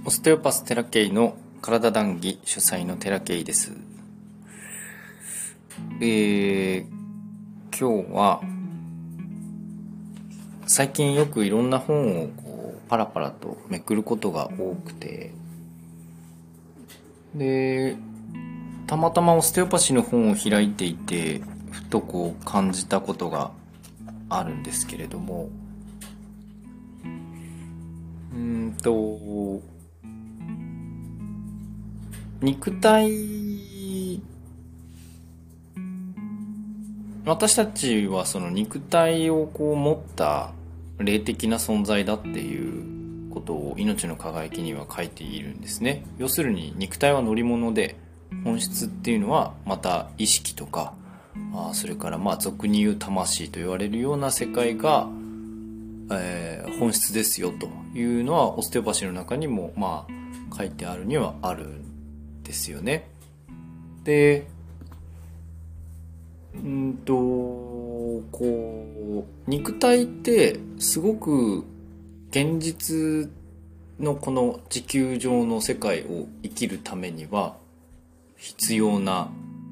オステオパステラケイの体談義主催のテラケイです。今日は最近よくいろんな本をパラパラとめくることが多くて、でたまたまオステオパシーの本を開いていてふと感じたことがあるんですけれども、肉体、私たちはその肉体を持った霊的な存在だっていうことを命の輝きには書いているんですね。要するに肉体は乗り物で、本質っていうのはまた意識とか、それから俗に言う魂と言われるような世界が、本質ですよというのはオステオパシーの中にも書いてあるにはあるんですよね。で肉体ってすごく現実のこの地球上の世界を生きるためには必要な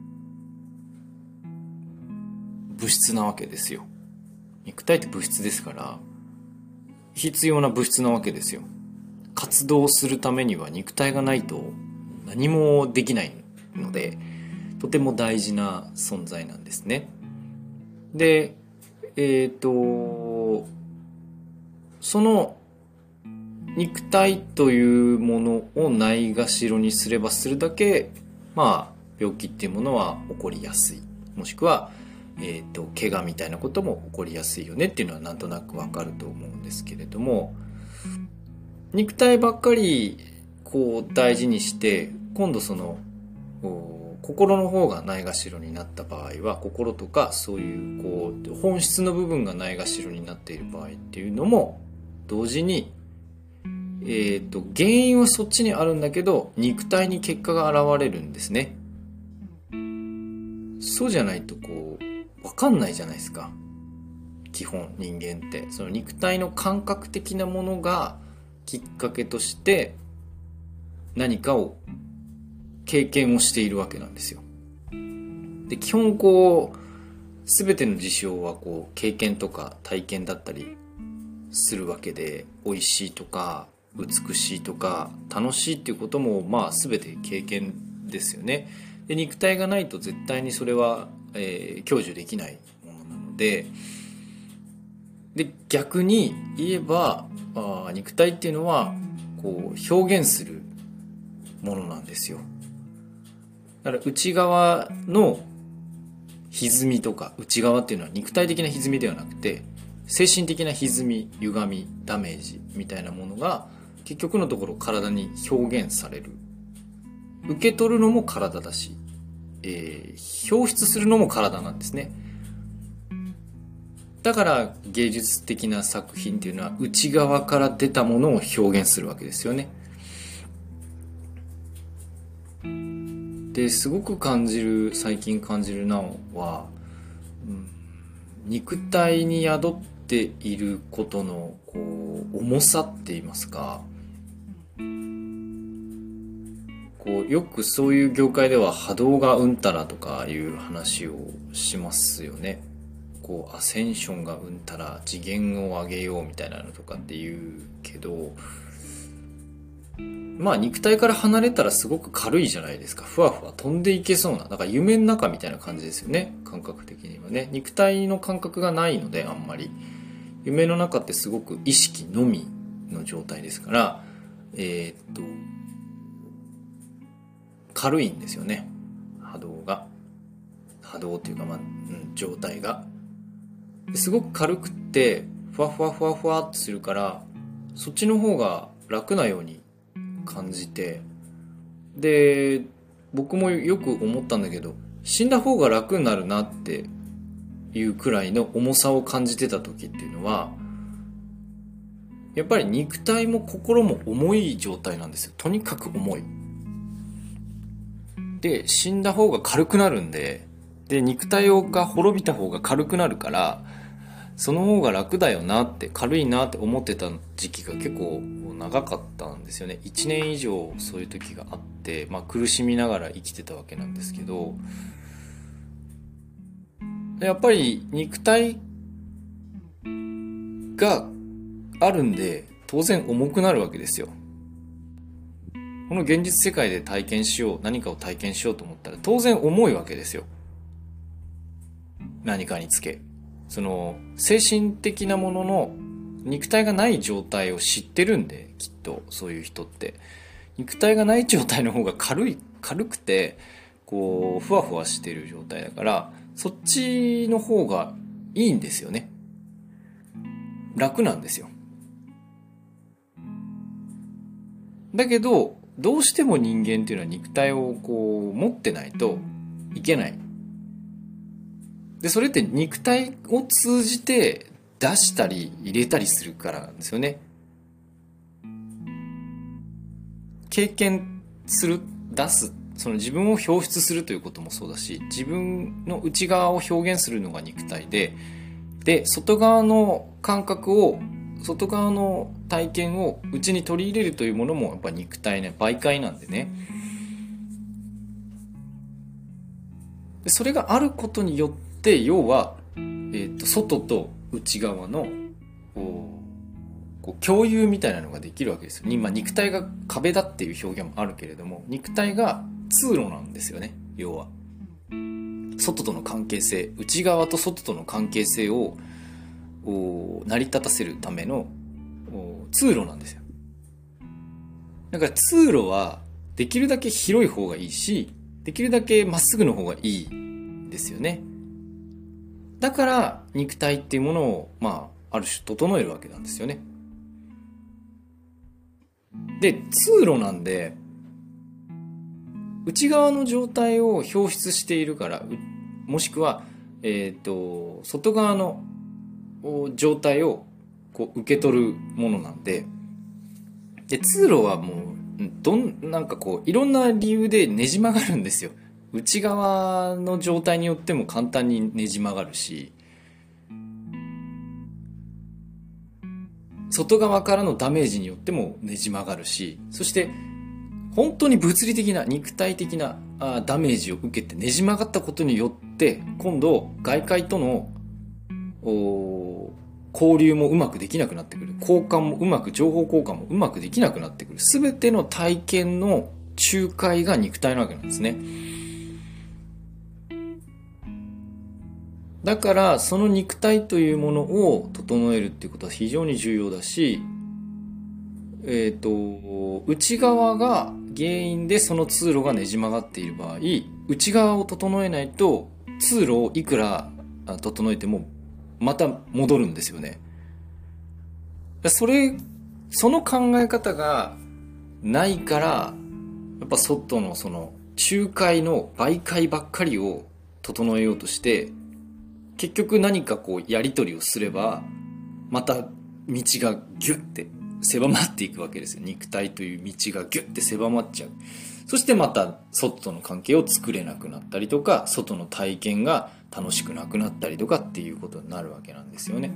物質なわけですよ。肉体って物質ですから必要な物質なわけですよ。活動するためには肉体がないと何もできないので、とても大事な存在なんですね。で、その肉体というものをないがしろにすればするだけ、病気っていうものは起こりやすい。もしくは、怪我みたいなことも起こりやすいよねっていうのはなんとなくわかると思うんですけれども、肉体ばっかり大事にして、今度その心の方がないがしろになった場合は、心とかそういう本質の部分がないがしろになっている場合っていうのも同時に、原因はそっちにあるんだけど肉体に結果が現れるんですね。そうじゃないと分かんないじゃないですか。基本人間ってその肉体の感覚的なものがきっかけとして何かを経験をしているわけなんですよ。で基本全ての事象は経験とか体験だったりするわけで、美味しいとか美しいとか楽しいっていうことも全て経験ですよね。で肉体がないと絶対にそれは、享受できないものなので、逆に言えば肉体っていうのは表現するものなんですよ。だから内側の歪みとか、内側っていうのは肉体的な歪みではなくて精神的な歪み、歪み、ダメージみたいなものが結局のところ体に表現される。受け取るのも体だし、表出するのも体なんですね。だから芸術的な作品っていうのは内側から出たものを表現するわけですよね。ですごく最近感じるのは、肉体に宿っていることの重さって言いますか、よくそういう業界では波動がうんたらとかいう話をしますよね。アセンションがうんたら次元を上げようみたいなのとかって言うけど、肉体から離れたらすごく軽いじゃないですか。ふわふわ飛んでいけそうな、だから夢の中みたいな感じですよね。感覚的にはね、肉体の感覚がないので、あんまり夢の中ってすごく意識のみの状態ですから、軽いんですよね。波動っていうか状態がすごく軽くってふわふわふわふわってするから、そっちの方が楽なように感じて、で僕もよく思ったんだけど、死んだ方が楽になるなっていうくらいの重さを感じてた時っていうのは、やっぱり肉体も心も重い状態なんですよ。とにかく重い。で死んだ方が軽くなるんで、肉体が滅びた方が軽くなるから、 その方が楽だよなって、軽いなって思ってた時期が結構長かったんですよね。1年以上そういう時があって、苦しみながら生きてたわけなんですけど、やっぱり肉体があるんで当然重くなるわけですよ。この現実世界で体験しよう、何かを体験しようと思ったら当然重いわけですよ。何かにつけ、その精神的なものの肉体がない状態を知ってるんで、きっとそういう人って肉体がない状態の方が軽くてこうふわふわしてる状態だから、そっちの方がいいんですよね。楽なんですよ。だけどどうしても人間っていうのは肉体をこう持ってないといけない。でそれって肉体を通じて出したり入れたりするからなんですよね。経験する、出す、その自分を表出するということもそうだし、自分の内側を表現するのが肉体で、外側の感覚を、外側の体験を内に取り入れるというものもやっぱ肉体ね、媒介なんでね。でそれがあることによって、要は、外と内側のこう共有みたいなのができるわけですよ。肉体が壁だっていう表現もあるけれども、肉体が通路なんですよね。要は外との関係性、内側と外との関係性を成り立たせるための通路なんですよ。だから通路はできるだけ広い方がいいし、できるだけまっすぐの方がいいですよね。だから肉体っていうものをある種整えるわけなんですよね。で通路なんで、内側の状態を表出しているから、もしくは、外側の状態をこう受け取るものなんで、通路はもうなんかこういろんな理由でねじ曲がるんですよ。内側の状態によっても簡単にねじ曲がるし、外側からのダメージによってもねじ曲がるし、そして本当に物理的な肉体的なダメージを受けてねじ曲がったことによって、今度外界との交流もうまくできなくなってくる。交換もうまく、情報交換もうまくできなくなってくる。すべての体験の仲介が肉体なわけなんですね。だからその肉体というものを整えるっていうことは非常に重要だし、内側が原因でその通路がねじ曲がっている場合、内側を整えないと通路をいくら整えてもまた戻るんですよね。その考え方がないから、やっぱ外のその仲介の媒介ばっかりを整えようとして、結局何かこうやり取りをすればまた道がギュッて狭まっていくわけですよ。肉体という道がギュッて狭まっちゃう。そしてまた外との関係を作れなくなったりとか、外の体験が楽しくなくなったりとかっていうことになるわけなんですよね。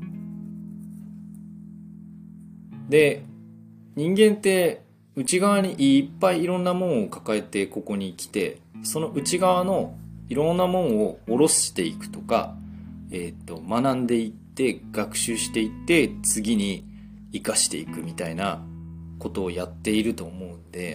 で、人間って内側にいっぱいいろんなものを抱えてここに来て、その内側のいろんなものを下ろしていくとか、学んでいって学習していって次に生かしていくみたいなことをやっていると思うんで、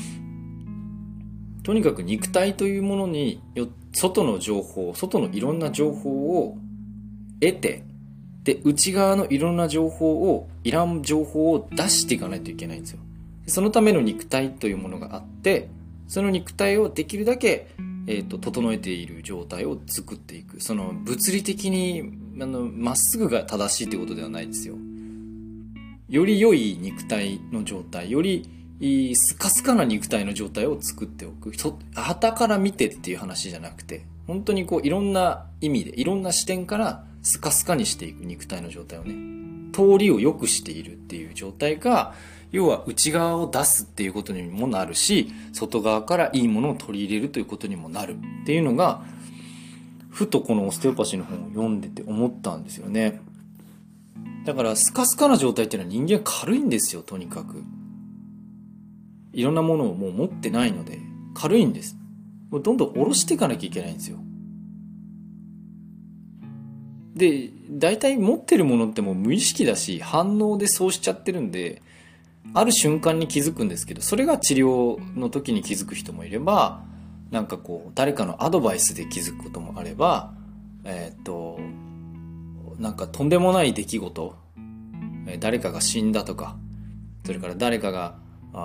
とにかく肉体というものに外の情報、外のいろんな情報を得て、で内側のいろんな情報を、いらん情報を出していかないといけないんですよ。そのための肉体というものがあって、その肉体をできるだけ整えている状態を作っていく。その物理的にまっすぐが正しいということではないですよ。より良い肉体の状態、よりスカスカな肉体の状態を作っておく。旗から見てっていう話じゃなくて、本当にこういろんな意味で、いろんな視点からスカスカにしていく肉体の状態をね、通りを良くしているっていう状態が、要は内側を出すっていうことにもなるし、外側からいいものを取り入れるということにもなるっていうのが、 ふとこのオステオパシーの本を読んでて思ったんですよね。だからスカスカな状態っていうのは人間軽いんですよ。とにかくいろんなものをもう持ってないので軽いんです。もうどんどん下ろしていかなきゃいけないんですよ。で大体持ってるものってもう無意識だし反応でそうしちゃってるんで、ある瞬間に気づくんですけど、それが治療の時に気づく人もいれば、なんかこう誰かのアドバイスで気づくこともあれば、なんかとんでもない出来事、誰かが死んだとか、それから誰かが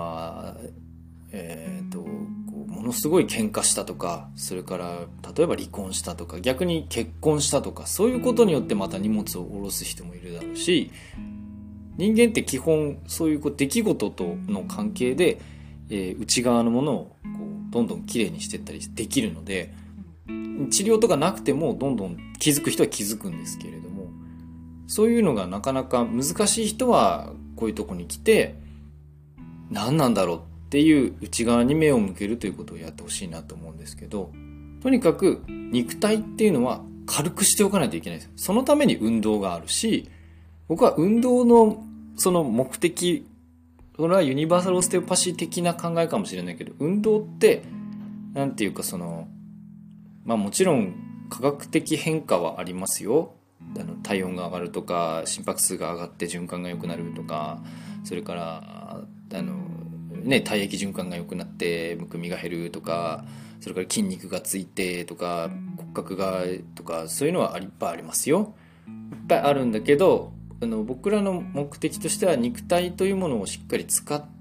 こうものすごい喧嘩したとか、それから例えば離婚したとか、逆に結婚したとか、そういうことによってまた荷物を下ろす人もいるだろうし、人間って基本そういう出来事との関係で、内側のものをこうどんどんきれいにしていったりできるので、治療とかなくてもどんどん気づく人は気づくんですけれども、そういうのがなかなか難しい人はこういうとこに来て何なんだろうっていう内側に目を向けるということをやってほしいなと思うんですけど、とにかく肉体っていうのは軽くしておかないといけないです。そのために運動があるし、僕は運動のその目的、それはユニバーサルオステオパシー的な考えかもしれないけど、運動ってなんていうかもちろん科学的変化はありますよ。体温が上がるとか、心拍数が上がって循環が良くなるとか、それから体液循環が良くなってむくみが減るとか、それから筋肉がついてとか骨格がとか、そういうのはいっぱいありますよ。いっぱいあるんだけど、僕らの目的としては肉体というものをしっかり使って、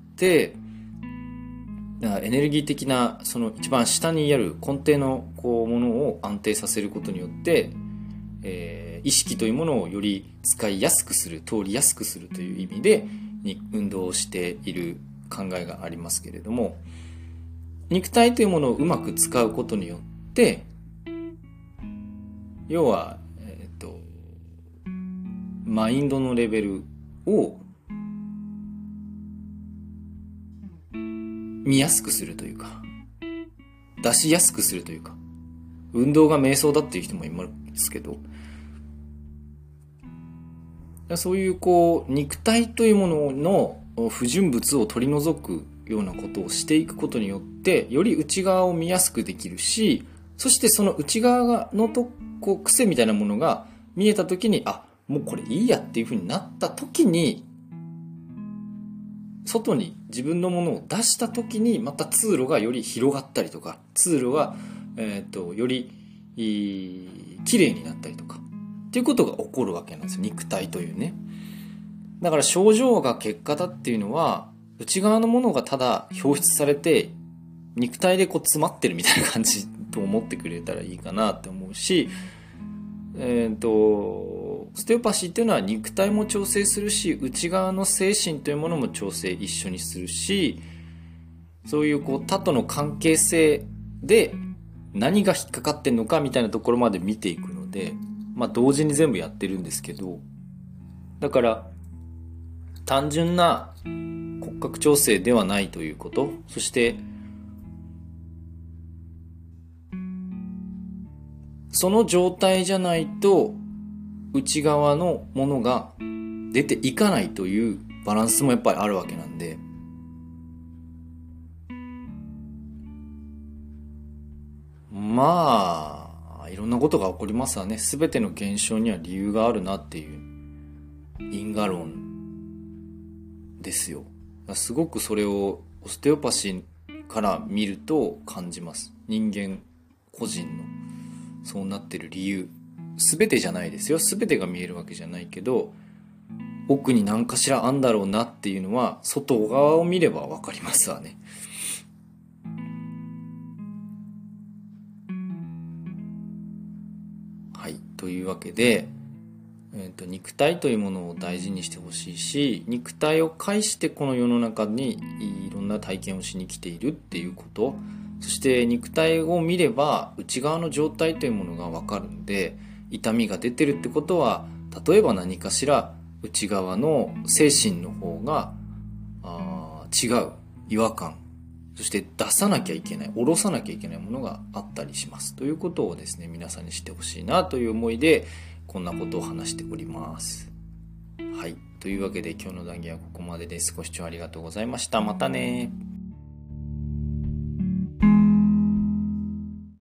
エネルギー的なその一番下にある根底のものを安定させることによって、意識というものをより使いやすくする、通りやすくするという意味で運動をしている考えがありますけれども、肉体というものをうまく使うことによって、要は、マインドのレベルを見やすくするというか、出しやすくするというか、運動が瞑想だっていう人もいますけど、そういう肉体というものの不純物を取り除くようなことをしていくことによって、より内側を見やすくできるし、そしてその内側の癖みたいなものが見えたときに、もうこれいいやっていう風になったときに、外に自分のものを出したときに、また通路がより広がったりとか、通路が、より綺麗になったりとかっていうことが起こるわけなんですよ、肉体というね。だから症状が結果だっていうのは、内側のものがただ表出されて肉体で詰まってるみたいな感じと思ってくれたらいいかなって思うし、ステオパシーっていうのは肉体も調整するし、内側の精神というものも調整一緒にするし、そういう他との関係性で何が引っかかってんのかみたいなところまで見ていくので、同時に全部やってるんですけど、だから単純な骨格調整ではないということ、そしてその状態じゃないと内側のものが出ていかないというバランスもやっぱりあるわけなんで、いろんなことが起こりますわね。全ての現象には理由があるなっていう因果論ですよ。すごくそれをオステオパシーから見ると感じます。人間個人のそうなってる理由、全てじゃないですよ。全てが見えるわけじゃないけど、奥に何かしらあんだろうなっていうのは外側を見ればわかりますわね。はい、というわけで、肉体というものを大事にしてほしいし、肉体を介してこの世の中にいろんな体験をしに来ているっていうこと、そして肉体を見れば内側の状態というものが分かるんで、痛みが出てるってことは、例えば何かしら内側の精神の方が違う違和感、 そして出さなきゃいけない、下ろさなきゃいけないものがあったりしますということをですね、皆さんに知ってほしいなという思いでこんなことを話しております。はい、というわけで今日の談義はここまでです。ご視聴ありがとうございました。またね。